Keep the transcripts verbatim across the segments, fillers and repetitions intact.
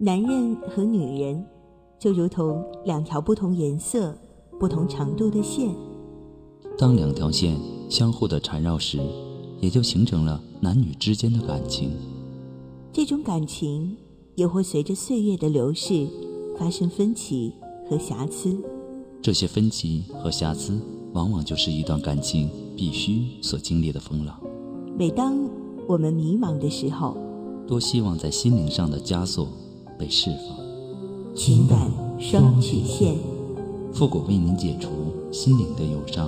男人和女人就如同两条不同颜色、不同长度的线， 当两条线相互的缠绕时，也就形成了男女之间的感情。 这种感情也会随着岁月的流逝发生分歧和瑕疵， 这些分歧和瑕疵往往就是一段感情必须所经历的风浪。 每当我们迷茫的时候， 多希望在心灵上的枷锁被释放。 情感双曲线， 复古为您解除心灵的忧伤。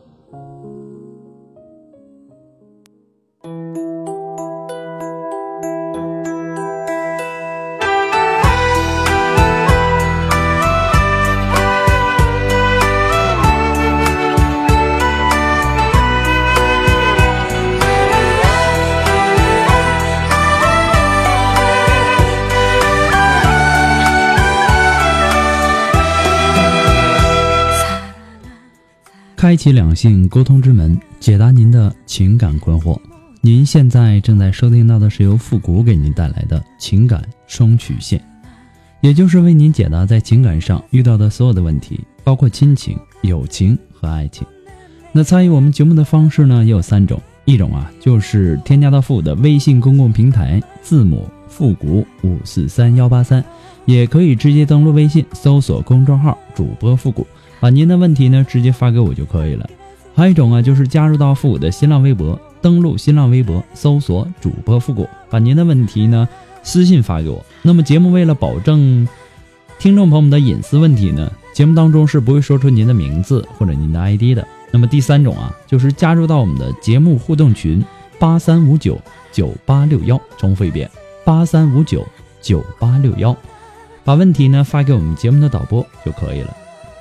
开启两性沟通之门，解答您的情感困惑。您现在正在收听到的是由复古给您带来的情感双曲线，也就是为您解答在情感上遇到的所有的问题，包括亲情、友情和爱情。那参与我们节目的方式呢，也有三种。一种啊，就是添加到复古的微信公共平台，字母复古五四三一八三，也可以直接登录微信搜索公众号主播复古，把您的问题呢直接发给我就可以了。还有一种啊，就是加入到复古的新浪微博，登录新浪微博搜索主播复古，把您的问题呢私信发给我。那么节目为了保证听众朋友们的隐私问题呢，节目当中是不会说出您的名字或者您的 I D 的。那么第三种啊，就是加入到我们的节目互动群八三五九九八六一，重复一遍八三五九九八六一，把问题呢发给我们节目的导播就可以了。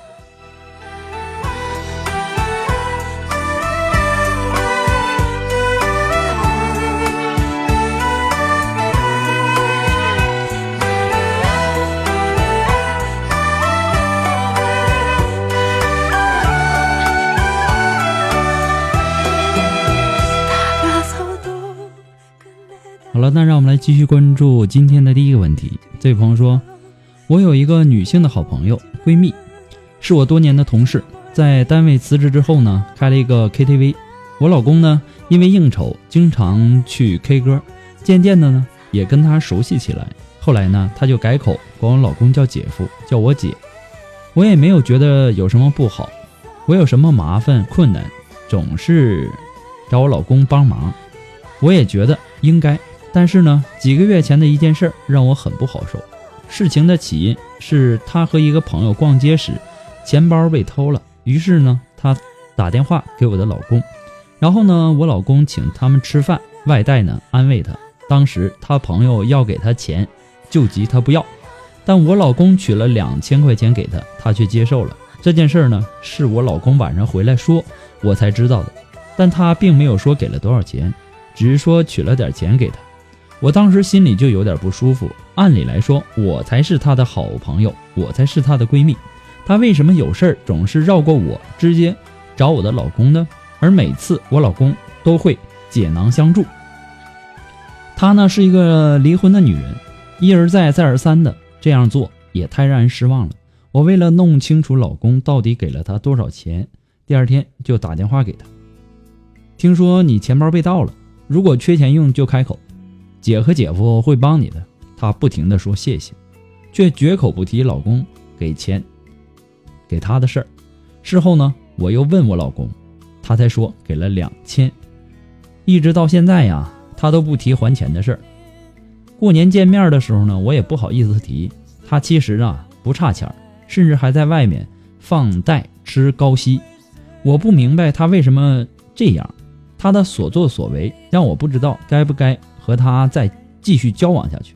好了，那让我们来继续关注今天的第一个问题。这位朋友说，我有一个女性的好朋友闺蜜，是我多年的同事，在单位辞职之后呢，开了一个 K T V。 我老公呢因为应酬经常去 K 歌，渐渐的呢也跟她熟悉起来。后来呢她就改口管我老公叫姐夫，叫我姐。我也没有觉得有什么不好，我有什么麻烦困难总是找我老公帮忙，我也觉得应该。但是呢，几个月前的一件事让我很不好受。事情的起因是他和一个朋友逛街时，钱包被偷了。于是呢，他打电话给我的老公，然后呢，我老公请他们吃饭，外带呢安慰他。当时他朋友要给他钱，救急他不要，但我老公取了两千块钱给他，他却接受了。这件事呢，是我老公晚上回来说，我才知道的。但他并没有说给了多少钱，只是说取了点钱给他。我当时心里就有点不舒服，按理来说我才是她的好朋友，我才是她的闺蜜，她为什么有事儿总是绕过我，直接找我的老公呢？而每次我老公都会解囊相助。她呢是一个离婚的女人，一而再再而三的这样做也太让人失望了。我为了弄清楚老公到底给了她多少钱，第二天就打电话给她，听说你钱包被盗了，如果缺钱用就开口，姐和姐夫会帮你的。她不停地说谢谢，却绝口不提老公给钱给她的事儿。事后呢，我又问我老公，他才说给了两千。一直到现在呀，他都不提还钱的事儿。过年见面的时候呢，我也不好意思提。他其实啊不差钱，甚至还在外面放贷吃高息。我不明白他为什么这样，他的所作所为让我不知道该不该和他再继续交往下去。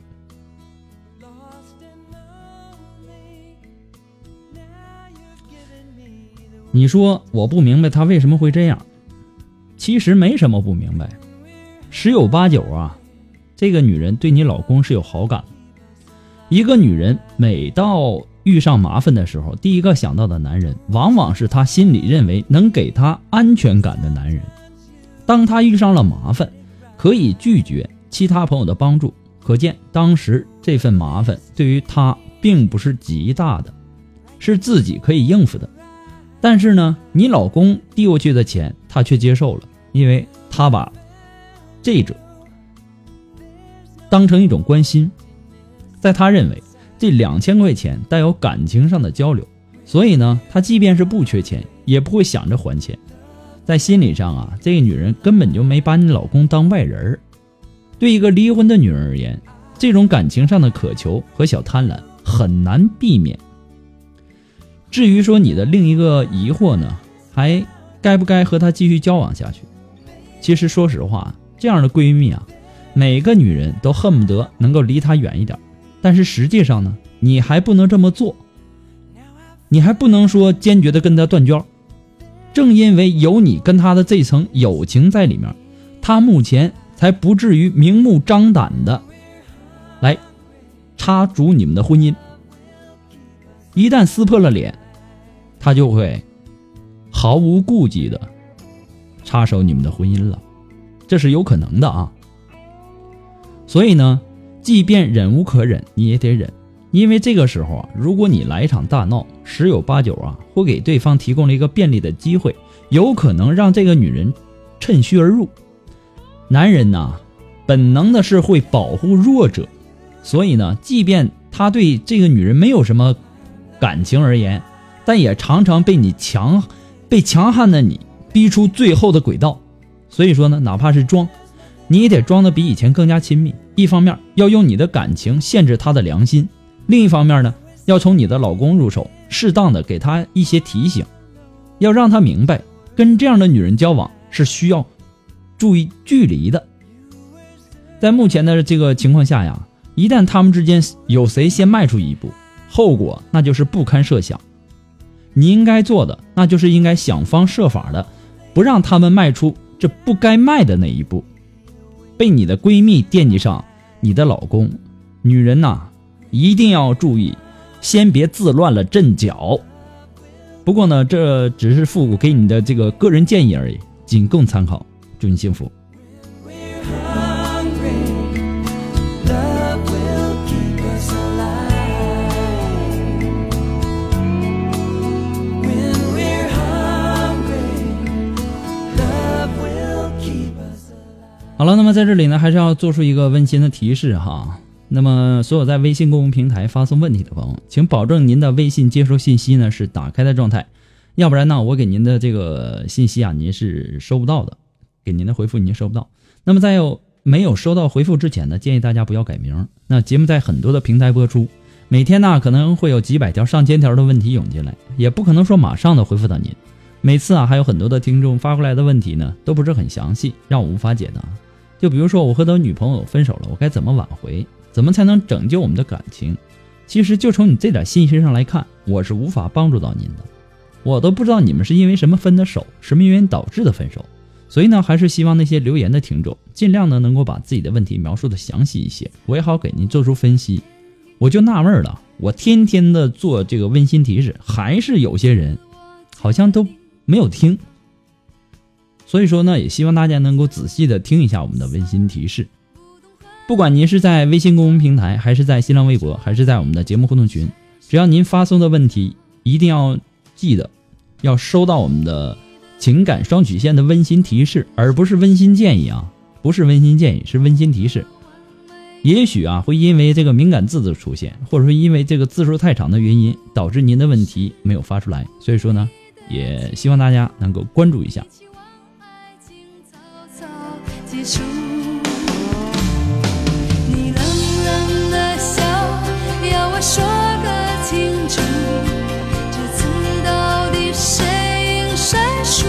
你说我不明白他为什么会这样，其实没什么不明白，十有八九啊，这个女人对你老公是有好感的。一个女人每到遇上麻烦的时候，第一个想到的男人往往是她心里认为能给她安全感的男人。当她遇上了麻烦，可以拒绝其他朋友的帮助，可见当时这份麻烦对于他并不是极大的，是自己可以应付的。但是呢，你老公递过去的钱他却接受了，因为他把这者当成一种关心，在他认为这两千块钱带有感情上的交流，所以呢，他即便是不缺钱也不会想着还钱。在心理上啊，这个女人根本就没把你老公当外人。对一个离婚的女人而言，这种感情上的渴求和小贪婪很难避免。至于说你的另一个疑惑呢，还该不该和她继续交往下去？其实说实话，这样的闺蜜啊，每个女人都恨不得能够离她远一点，但是实际上呢，你还不能这么做，你还不能说坚决的跟她断交。正因为有你跟她的这层友情在里面，她目前才不至于明目张胆的来插足你们的婚姻。一旦撕破了脸，他就会毫无顾忌的插手你们的婚姻了，这是有可能的啊。所以呢，即便忍无可忍，你也得忍，因为这个时候啊，如果你来一场大闹，十有八九啊会给对方提供了一个便利的机会，有可能让这个女人趁虚而入。男人呐、啊，本能的是会保护弱者，所以呢，即便他对这个女人没有什么感情而言，但也常常被你强被强悍的你逼出最后的轨道。所以说呢，哪怕是装，你也得装得比以前更加亲密。一方面要用你的感情限制他的良心，另一方面呢，要从你的老公入手，适当的给他一些提醒，要让他明白跟这样的女人交往是需要注意距离的。在目前的这个情况下呀，一旦他们之间有谁先迈出一步，后果那就是不堪设想。你应该做的那就是应该想方设法的不让他们迈出这不该迈的那一步。被你的闺蜜惦记上你的老公，女人呐、啊，一定要注意，先别自乱了阵脚。不过呢，这只是复古给你的这个个人建议而已，仅供参考。祝你幸福。好了，那么在这里呢，还是要做出一个温馨的提示哈。那么所有在微信公众平台发送问题的朋友，请保证您的微信接收信息呢是打开的状态，要不然呢，我给您的这个信息啊，您是收不到的，给您的回复您收不到。那么在有没有收到回复之前呢，建议大家不要改名。那节目在很多的平台播出，每天呢可能会有几百条、上千条的问题涌进来，也不可能说马上的回复到您。每次啊，还有很多的听众发过来的问题呢，都不是很详细，让我无法解答。就比如说我和我女朋友分手了，我该怎么挽回？怎么才能拯救我们的感情？其实就从你这点信息上来看，我是无法帮助到您的。我都不知道你们是因为什么分的手，什么原因导致的分手。所以呢，还是希望那些留言的听众尽量呢能够把自己的问题描述的详细一些，我也好给您做出分析。我就纳闷了，我天天的做这个温馨提示，还是有些人好像都没有听。所以说呢，也希望大家能够仔细的听一下我们的温馨提示。不管您是在微信公众平台，还是在新浪微博，还是在我们的节目互动群，只要您发送的问题，一定要记得要收到我们的情感双曲线的温馨提示，而不是温馨建议啊，不是温馨建议，是温馨提示。也许啊，会因为这个敏感字的出现，或者说因为这个字数太长的原因，导致您的问题没有发出来。所以说呢，也希望大家能够关注一下。 你冷冷的笑，要我说个清楚，这次到底谁赢谁输？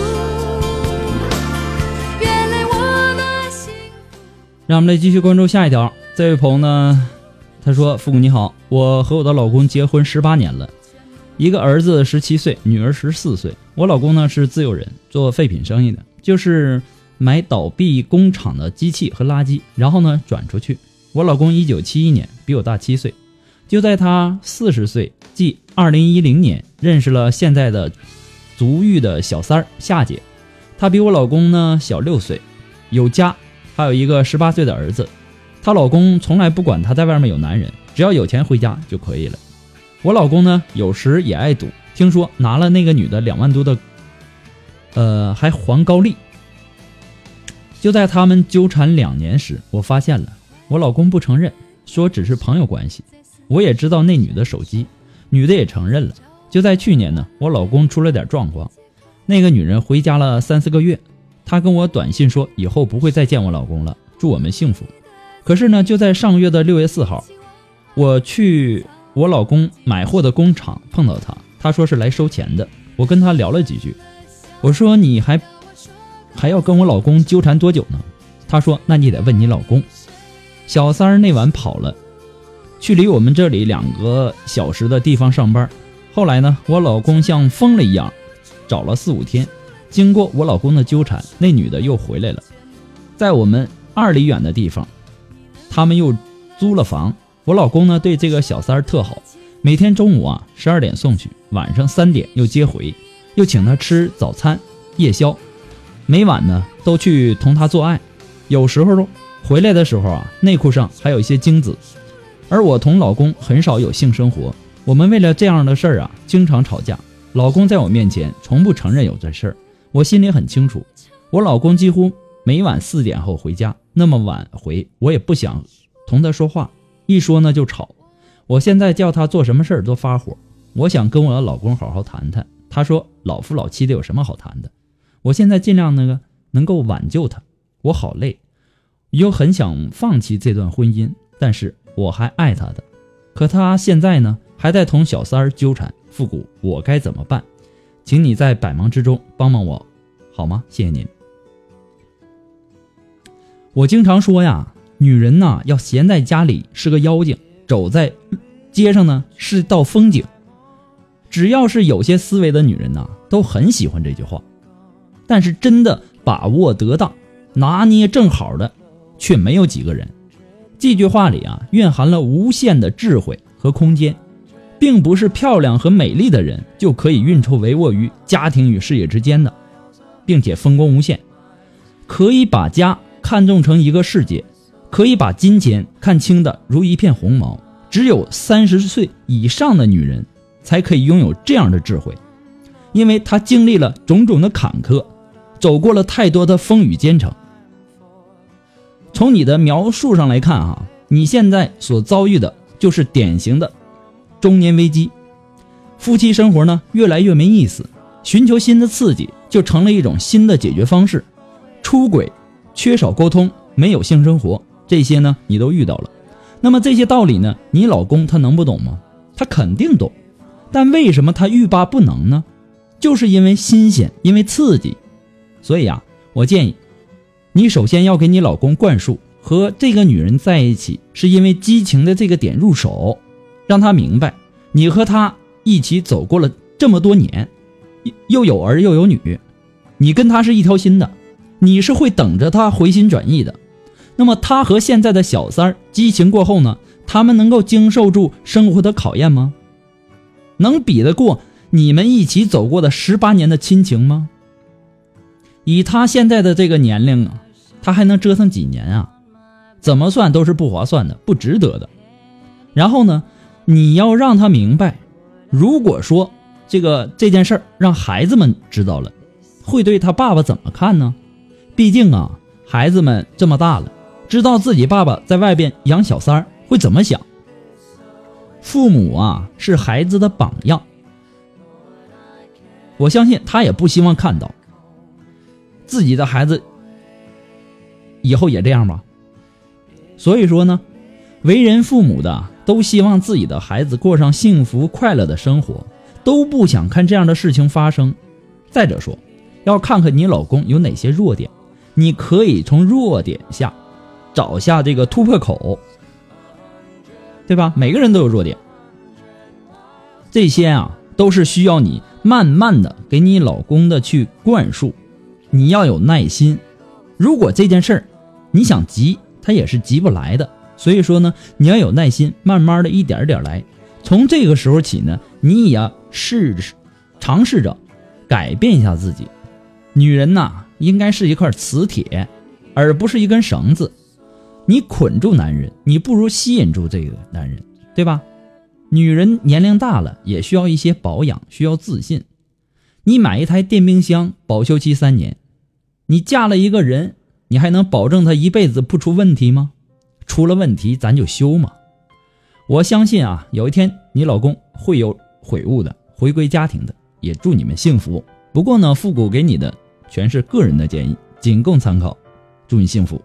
原来我的幸福。 让我们来继续关注下一条。这位朋友呢，他说：复古你好，我和我的老公结婚十八年了，一个儿子十七岁，女儿十四岁。我老公呢是自由人，做废品生意的，就是买倒闭工厂的机器和垃圾，然后呢转出去。我老公一九七一年，比我大七岁，就在他四十岁，即二零一零年认识了现在的足浴的小三儿夏姐。她比我老公呢小六岁，有家，还有一个十八岁的儿子。她老公从来不管她在外面有男人， 只要有钱回家就可以了。我老公呢，有时也爱赌，听说拿了那个女的两万多的，呃，还还高利。就在他们纠缠两年时，我发现了，我老公不承认，说只是朋友关系。我也知道那女的手机，女的也承认了。就在去年呢，我老公出了点状况，那个女人回家了三四个月，她跟我短信说以后不会再见我老公了，祝我们幸福。可是呢，就在上个月的六月四号，我去我老公买货的工厂碰到他，他说是来收钱的。我跟他聊了几句，我说你还还要跟我老公纠缠多久呢？他说那你得问你老公。小三儿那晚跑了，去离我们这里两个小时的地方上班。后来呢，我老公像疯了一样找了四五天，经过我老公的纠缠，那女的又回来了，在我们二里远的地方，他们又租了房。我老公呢对这个小三儿特好，每天中午啊十二点送去，晚上三点又接回，又请他吃早餐夜宵，每晚呢都去同他做爱。有时候回来的时候啊，内裤上还有一些精子。而我同老公很少有性生活，我们为了这样的事儿啊经常吵架。老公在我面前从不承认有这事儿，我心里很清楚。我老公几乎每晚四点后回家，那么晚回我也不想同他说话，一说呢就吵。我现在叫他做什么事儿都发火，我想跟我的老公好好谈谈。他说老夫老妻的有什么好谈的？我现在尽量那个能够挽救他，我好累，又很想放弃这段婚姻，但是我还爱他的。可他现在呢还在同小三儿纠缠，复古，我该怎么办？请你在百忙之中帮帮我好吗？谢谢您。我经常说呀，女人呐要闲在家里是个妖精，走在街上呢是道风景。只要是有些思维的女人呐，都很喜欢这句话，但是真的把握得当拿捏正好的却没有几个人。这句话里啊蕴含了无限的智慧和空间，并不是漂亮和美丽的人就可以运筹帷幄于家庭与事业之间的，并且风光无限。可以把家看重成一个世界，可以把金钱看清的如一片红毛。只有三十岁以上的女人才可以拥有这样的智慧，因为她经历了种种的坎坷，走过了太多的风雨兼程。从你的描述上来看啊，你现在所遭遇的就是典型的中年危机。夫妻生活呢越来越没意思，寻求新的刺激就成了一种新的解决方式。出轨、缺少沟通、没有性生活，这些呢你都遇到了。那么这些道理呢，你老公他能不懂吗？他肯定懂，但为什么他欲罢不能呢？就是因为新鲜，因为刺激。所以啊，我建议你首先要给你老公灌输和这个女人在一起是因为激情的这个点入手，让他明白你和他一起走过了这么多年，又有儿又有女，你跟他是一条心的，你是会等着他回心转意的。那么他和现在的小三儿激情过后呢，他们能够经受住生活的考验吗？能比得过你们一起走过的十八年的亲情吗？以他现在的这个年龄啊，他还能折腾几年啊？怎么算都是不划算的，不值得的。然后呢，你要让他明白，如果说这个这件事儿让孩子们知道了，会对他爸爸怎么看呢？毕竟啊，孩子们这么大了，知道自己爸爸在外边养小三儿会怎么想。父母啊是孩子的榜样，我相信他也不希望看到自己的孩子以后也这样吧。所以说呢，为人父母的都希望自己的孩子过上幸福快乐的生活，都不想看这样的事情发生。再者说，要看看你老公有哪些弱点，你可以从弱点下找下这个突破口，对吧？每个人都有弱点，这些啊都是需要你慢慢的给你老公的去灌输。你要有耐心，如果这件事儿你想急，他也是急不来的。所以说呢，你要有耐心，慢慢的一点点来。从这个时候起呢，你也要试尝试着改变一下自己。女人呐，应该是一块磁铁，而不是一根绳子。你捆住男人，你不如吸引住这个男人。 对吧？女人年龄大了也需要一些保养，需要自信。你买一台电冰箱保修期三年，你嫁了一个人，你还能保证他一辈子不出问题吗？出了问题咱就修嘛。我相信啊，有一天你老公会有悔悟的，回归家庭的，也祝你们幸福。不过呢，复古给你的全是个人的建议，仅供参考，祝你幸福。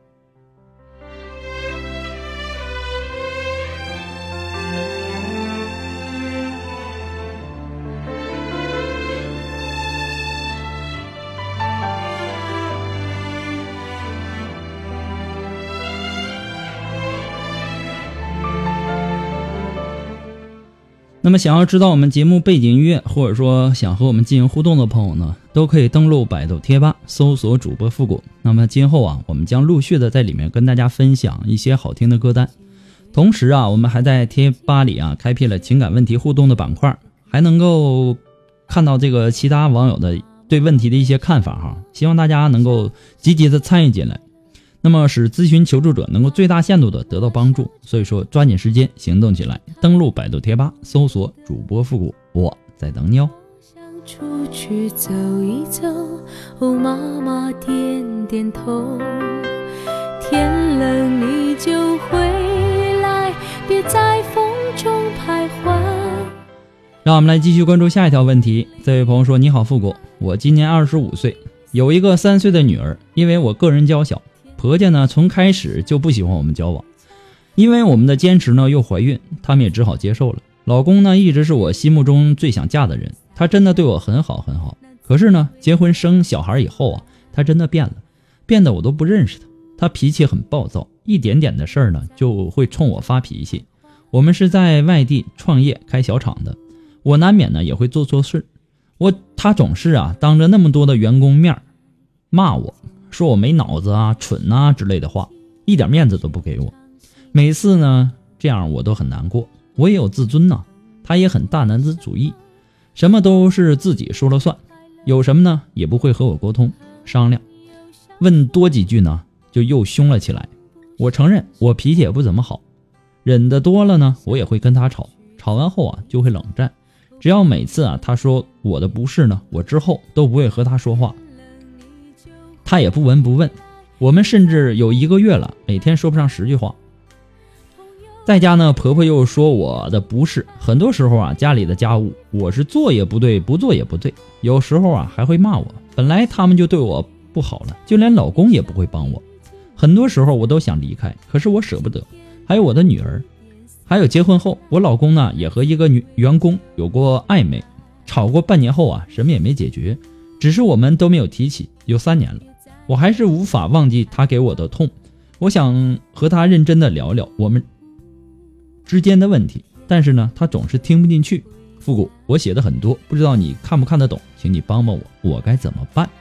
那么想要知道我们节目背景音乐，或者说想和我们进行互动的朋友呢，都可以登录百度贴吧搜索主播复古。那么今后啊，我们将陆续的在里面跟大家分享一些好听的歌单。同时啊，我们还在贴吧里啊开辟了情感问题互动的板块，还能够看到这个其他网友的对问题的一些看法哈，希望大家能够积极的参与进来，那么使咨询求助者能够最大限度的得到帮助。所以说抓紧时间行动起来，登录百度贴吧搜索主播复古，我在等你哦。 想出去走一走，哦，妈妈点点头，天冷你就回来，别在风中徘徊。 让我们来继续关注下一条问题。这位朋友说，你好复古，我今年二十五岁，有一个三岁的女儿，因为我个人娇小，婆家呢从开始就不喜欢我们交往，因为我们的坚持呢又怀孕，他们也只好接受了。老公呢一直是我心目中最想嫁的人，他真的对我很好很好。可是呢结婚生小孩以后啊，他真的变了，变得我都不认识他。他脾气很暴躁，一点点的事儿呢就会冲我发脾气。我们是在外地创业开小厂的，我难免呢也会做错事。我他总是啊当着那么多的员工面骂我，说我没脑子啊、蠢啊之类的话，一点面子都不给我。每次呢这样我都很难过，我也有自尊呐、啊，他也很大男子主义，什么都是自己说了算，有什么呢也不会和我沟通商量，问多几句呢就又凶了起来。我承认我脾气也不怎么好，忍得多了呢我也会跟他吵，吵完后啊就会冷战。只要每次啊他说我的不是呢，我之后都不会和他说话，他也不闻不问。我们甚至有一个月了，每天说不上十句话。在家呢，婆婆又说我的不是，很多时候啊，家里的家务我是做也不对，不做也不对，有时候啊还会骂我。本来他们就对我不好了，就连老公也不会帮我。很多时候我都想离开，可是我舍不得。还有我的女儿，还有结婚后，我老公呢也和一个女员工有过暧昧，吵过半年后啊，什么也没解决，只是我们都没有提起，有三年了。我还是无法忘记他给我的痛，我想和他认真的聊聊我们之间的问题，但是呢他总是听不进去。复古，我写的很多，不知道你看不看得懂，请你帮帮我，我该怎么办？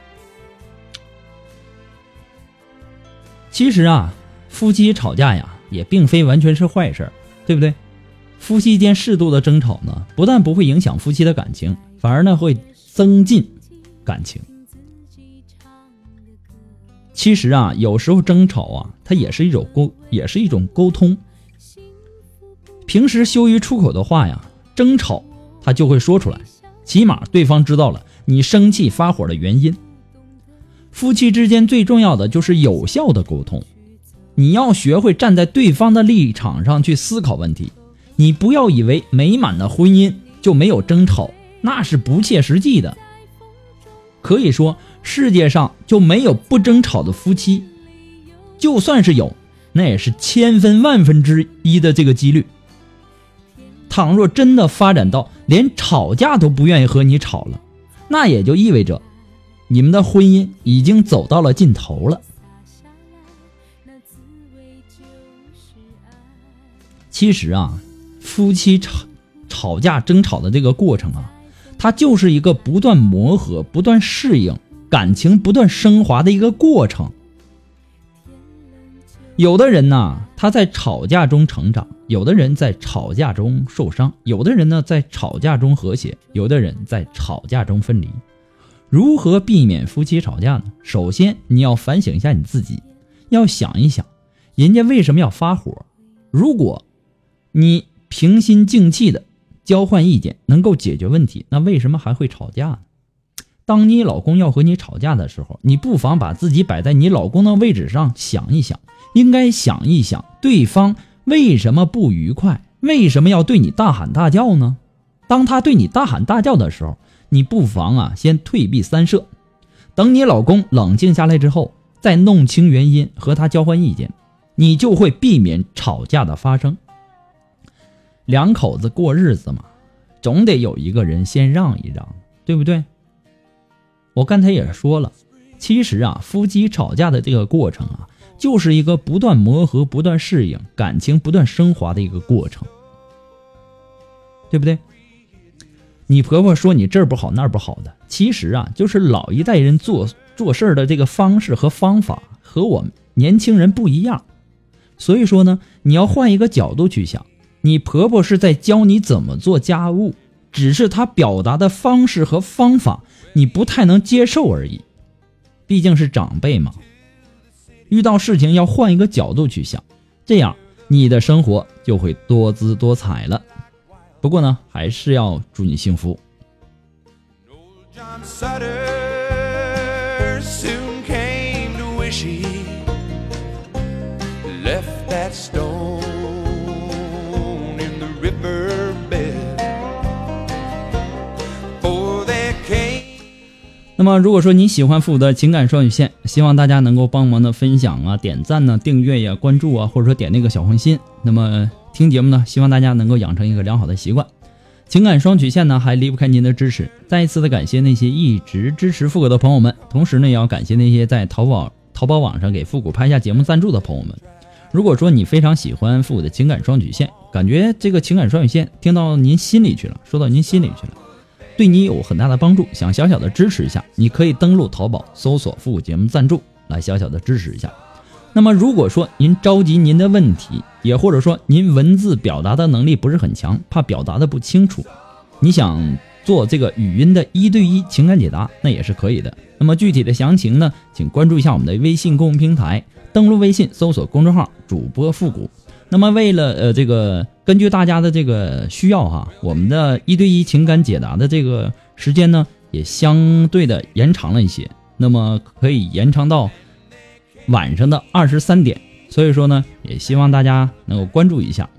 其实啊，夫妻吵架呀也并非完全是坏事，对不对？夫妻间适度的争吵呢，不但不会影响夫妻的感情，反而呢会增进感情。其实啊，有时候争吵啊，它也是一种沟，也是一种沟通。平时羞于出口的话呀，争吵他就会说出来，起码对方知道了你生气发火的原因。夫妻之间最重要的就是有效的沟通，你要学会站在对方的立场上去思考问题。你不要以为美满的婚姻就没有争吵，那是不切实际的。可以说世界上就没有不争吵的夫妻，就算是有，那也是千分万分之一的这个几率。倘若真的发展到连吵架都不愿意和你吵了，那也就意味着你们的婚姻已经走到了尽头了。其实啊，夫妻吵吵架争吵的这个过程啊，它就是一个不断磨合、不断适应、感情不断升华的一个过程。有的人呢，他在吵架中成长，有的人在吵架中受伤，有的人呢在吵架中和谐，有的人在吵架中分离。如何避免夫妻吵架呢？首先你要反省一下你自己，要想一想人家为什么要发火。如果你平心静气的交换意见，能够解决问题，那为什么还会吵架呢？当你老公要和你吵架的时候，你不妨把自己摆在你老公的位置上想一想，应该想一想对方为什么不愉快，为什么要对你大喊大叫呢？当他对你大喊大叫的时候，你不妨啊先退避三舍，等你老公冷静下来之后，再弄清原因和他交换意见，你就会避免吵架的发生。两口子过日子嘛，总得有一个人先让一让，对不对？我刚才也说了，其实啊，夫妻吵架的这个过程啊，就是一个不断磨合、不断适应、感情不断升华的一个过程，对不对？你婆婆说你这儿不好那儿不好的，其实啊，就是老一代人做做事的这个方式和方法和我们年轻人不一样，所以说呢，你要换一个角度去想，你婆婆是在教你怎么做家务，只是她表达的方式和方法你不太能接受而已，毕竟是长辈嘛。遇到事情要换一个角度去想，这样你的生活就会多姿多彩了。不过呢，还是要祝你幸福。那么如果说你喜欢复古的情感双曲线，希望大家能够帮忙的分享啊、点赞呢、订阅呀、关注啊，或者说点那个小红心。那么听节目呢，希望大家能够养成一个良好的习惯。情感双曲线呢，还离不开您的支持。再一次的感谢那些一直支持复古的朋友们，同时呢，也要感谢那些在淘宝淘宝网上给复古拍下节目赞助的朋友们。如果说你非常喜欢复古的情感双曲线，感觉这个情感双曲线听到您心里去了，说到您心里去了，对你有很大的帮助，想小小的支持一下，你可以登录淘宝搜索复古节目赞助来小小的支持一下。那么如果说您着急您的问题，也或者说您文字表达的能力不是很强，怕表达的不清楚，你想做这个语音的一对一情感解答，那也是可以的。那么具体的详情呢，请关注一下我们的微信公众平台，登录微信搜索公众号主播复古。那么为了呃这个根据大家的这个需要哈，我们的一对一情感解答的这个时间呢也相对的延长了一些，那么可以延长到晚上的二十三点，所以说呢也希望大家能够关注一下。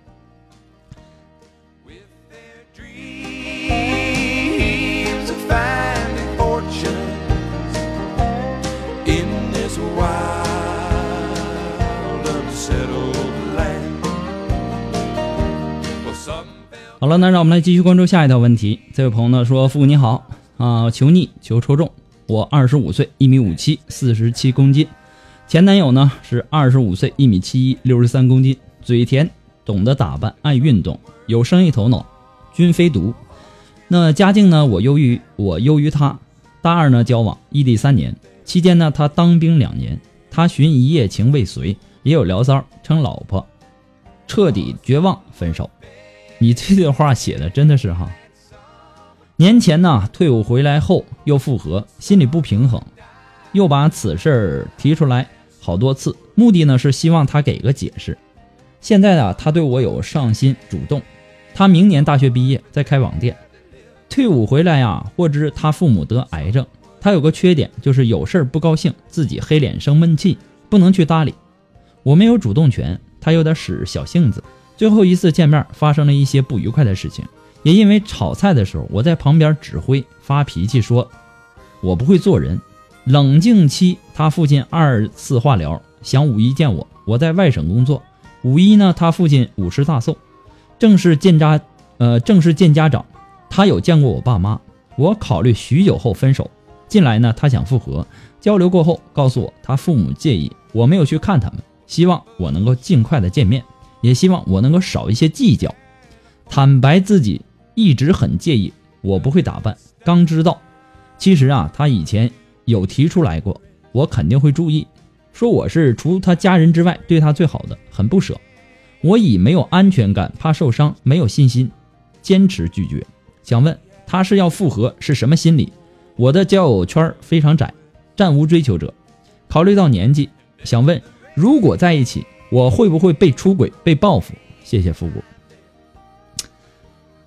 好了，那让我们来继续关注下一条问题。这位朋友呢说，父母你好啊、呃，求逆求抽中，我二十五岁，一米五七，四十七公斤，前男友呢是二十五岁，一米七一，六十三公斤，嘴甜，懂得打扮，爱运动，有生意头脑，均非独。那家境呢，我优于我优于他。大二呢交往，异地三年，期间呢他当兵两年，他寻一夜情未遂，也有聊骚，称老婆，彻底绝望分手。你这段话写的真的是哈。年前呢退伍回来后又复合，心里不平衡，又把此事提出来好多次，目的呢是希望他给个解释。现在呢他对我有上心主动，他明年大学毕业在开网店，退伍回来啊，获知他父母得癌症，他有个缺点就是有事不高兴，自己黑脸生闷气，不能去搭理。我没有主动权，他有点使小性子。最后一次见面发生了一些不愉快的事情，也因为炒菜的时候我在旁边指挥发脾气，说我不会做人。冷静期他父亲二次化疗，想五一见我，我在外省工作。五一呢他父亲五十大寿，正式见家呃正式见家长，他有见过我爸妈。我考虑许久后分手。近来呢他想复合，交流过后告诉我他父母介意，我没有去看他们，希望我能够尽快的见面，也希望我能够少一些计较。坦白自己一直很介意我不会打扮，刚知道其实啊他以前有提出来过，我肯定会注意，说我是除他家人之外对他最好的，很不舍。我以没有安全感，怕受伤，没有信心，坚持拒绝。想问他是要复合是什么心理？我的交友圈非常窄，暂无追求者。考虑到年纪，想问如果在一起我会不会被出轨被报复？谢谢复古。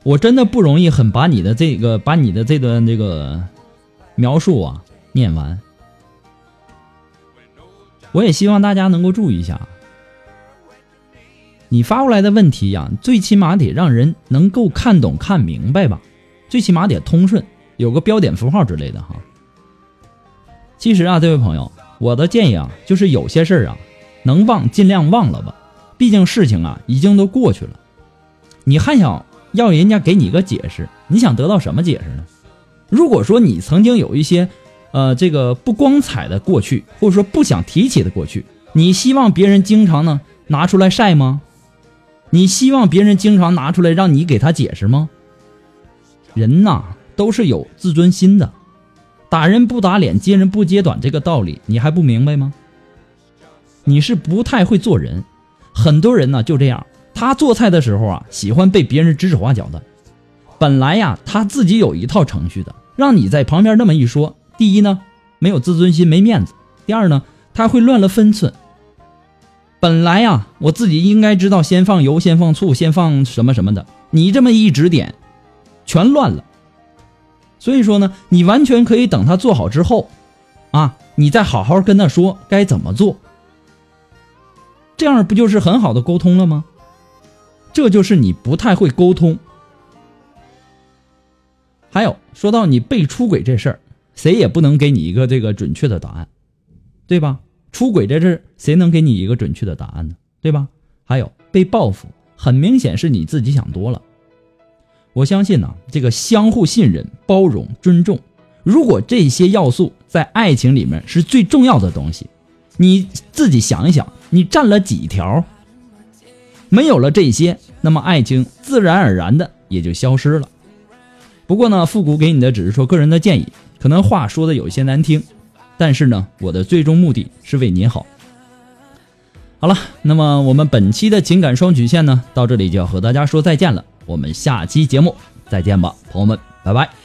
我真的不容易很把你的这个把你的这段这个描述啊念完。我也希望大家能够注意一下，你发过来的问题呀、啊，最起码得让人能够看懂看明白吧，最起码得通顺，有个标点符号之类的哈。其实啊，这位朋友，我的建议啊，就是有些事儿啊，能忘尽量忘了吧，毕竟事情啊已经都过去了，你还想要人家给你一个解释，你想得到什么解释呢？如果说你曾经有一些呃这个不光彩的过去，或者说不想提起的过去，你希望别人经常呢拿出来晒吗？你希望别人经常拿出来让你给他解释吗？人呐都是有自尊心的，打人不打脸，揭人不揭短，这个道理你还不明白吗？你是不太会做人。很多人呢就这样，他做菜的时候啊喜欢被别人指手画脚的，本来呀他自己有一套程序的，让你在旁边那么一说，第一呢没有自尊心没面子，第二呢他会乱了分寸。本来呀我自己应该知道先放油先放醋先放什么什么的，你这么一指点全乱了。所以说呢，你完全可以等他做好之后啊，你再好好跟他说该怎么做，这样不就是很好的沟通了吗？这就是你不太会沟通。还有说到你被出轨这事儿，谁也不能给你一个这个准确的答案，对吧？出轨这事儿谁能给你一个准确的答案呢？对吧？还有被报复，很明显是你自己想多了。我相信呢、啊，这个相互信任、包容、尊重，如果这些要素在爱情里面是最重要的东西，你自己想一想，你占了几条？没有了这些，那么爱情自然而然的也就消失了。不过呢，复古给你的只是说个人的建议，可能话说的有些难听，但是呢，我的最终目的是为您好。好了，那么我们本期的情感双曲线呢，到这里就要和大家说再见了。我们下期节目再见吧，朋友们，拜拜。